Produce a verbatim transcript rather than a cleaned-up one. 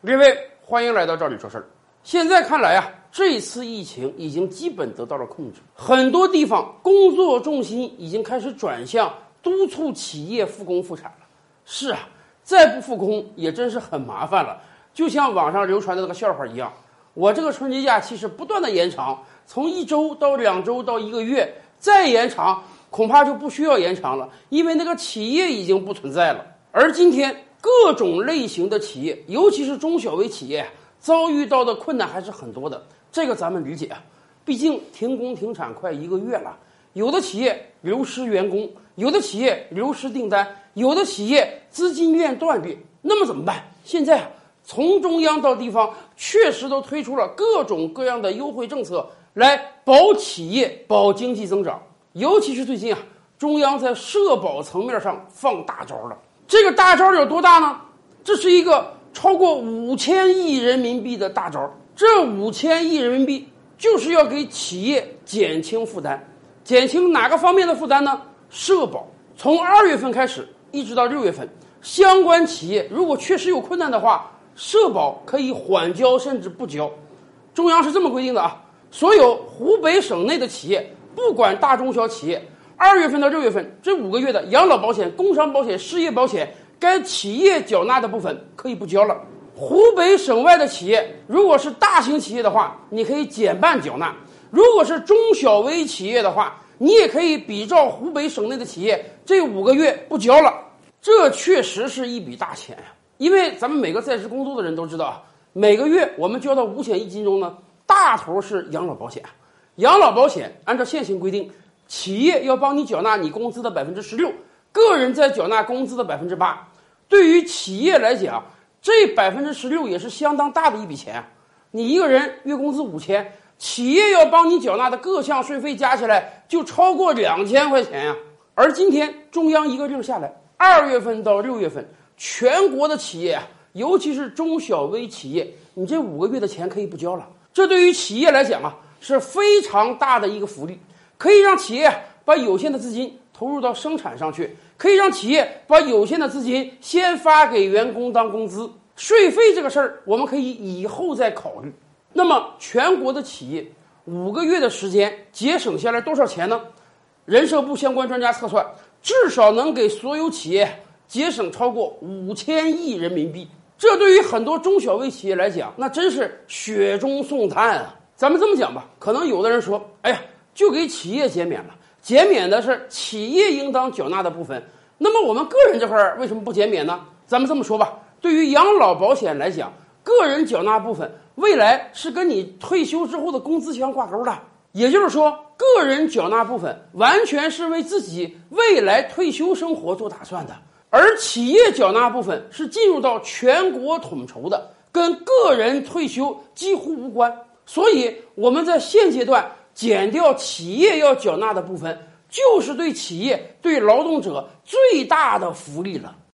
各位，欢迎来到这里说事儿。现在看来啊，这次疫情已经基本得到了控制，很多地方工作重心已经开始转向督促企业复工复产了。是啊，再不复工也真是很麻烦了。就像网上流传的那个笑话一样，我这个春节假期是不断的延长，从一周到两周到一个月，再延长恐怕就不需要延长了，因为那个企业已经不存在了。而今天各种类型的企业，尤其是中小微企业，遭遇到的困难还是很多的。这个咱们理解啊，毕竟停工停产快一个月了，有的企业流失员工，有的企业流失订单，有的企业资金链断裂。那么怎么办？现在啊，从中央到地方，确实都推出了各种各样的优惠政策，来保企业、保经济增长。尤其是最近啊，中央在社保层面上放大招了。这个大招有多大呢？这是一个超过五千亿人民币的大招。这五千亿人民币就是要给企业减轻负担。减轻哪个方面的负担呢？社保。从二月份开始一直到六月份，相关企业如果确实有困难的话，社保可以缓交甚至不交。中央是这么规定的啊，所有湖北省内的企业，不管大中小企业，二月份到六月份这五个月的养老保险、工伤保险、失业保险，该企业缴纳的部分可以不交了。湖北省外的企业，如果是大型企业的话，你可以减半缴纳；如果是中小微企业的话，你也可以比照湖北省内的企业，这五个月不交了。这确实是一笔大钱呀！因为咱们每个在职工作的人都知道啊，每个月我们交到五险一金中呢，大头是养老保险。养老保险按照现行规定，企业要帮你缴纳你工资的百分之十六，个人再缴纳工资的百分之八。对于企业来讲，这百分之十六也是相当大的一笔钱。你一个人月工资五千，企业要帮你缴纳的各项税费加起来就超过两千块钱呀。而今天中央一个令下来，二月份到六月份，全国的企业啊，尤其是中小微企业，你这五个月的钱可以不交了。这对于企业来讲啊，是非常大的一个福利，可以让企业把有限的资金投入到生产上去，可以让企业把有限的资金先发给员工当工资。税费这个事儿，我们可以以后再考虑。那么全国的企业五个月的时间节省下来多少钱呢？人社部相关专家测算，至少能给所有企业节省超过五千亿人民币。这对于很多中小微企业来讲，那真是雪中送炭啊！咱们这么讲吧，可能有的人说，哎呀，就给企业减免了，减免的是企业应当缴纳的部分，那么我们个人这块为什么不减免呢？咱们这么说吧，对于养老保险来讲，个人缴纳部分未来是跟你退休之后的工资相挂钩的，也就是说，个人缴纳部分完全是为自己未来退休生活做打算的，而企业缴纳部分是进入到全国统筹的，跟个人退休几乎无关。所以我们在现阶段减掉企业要缴纳的部分，就是对企业、对劳动者最大的福利了。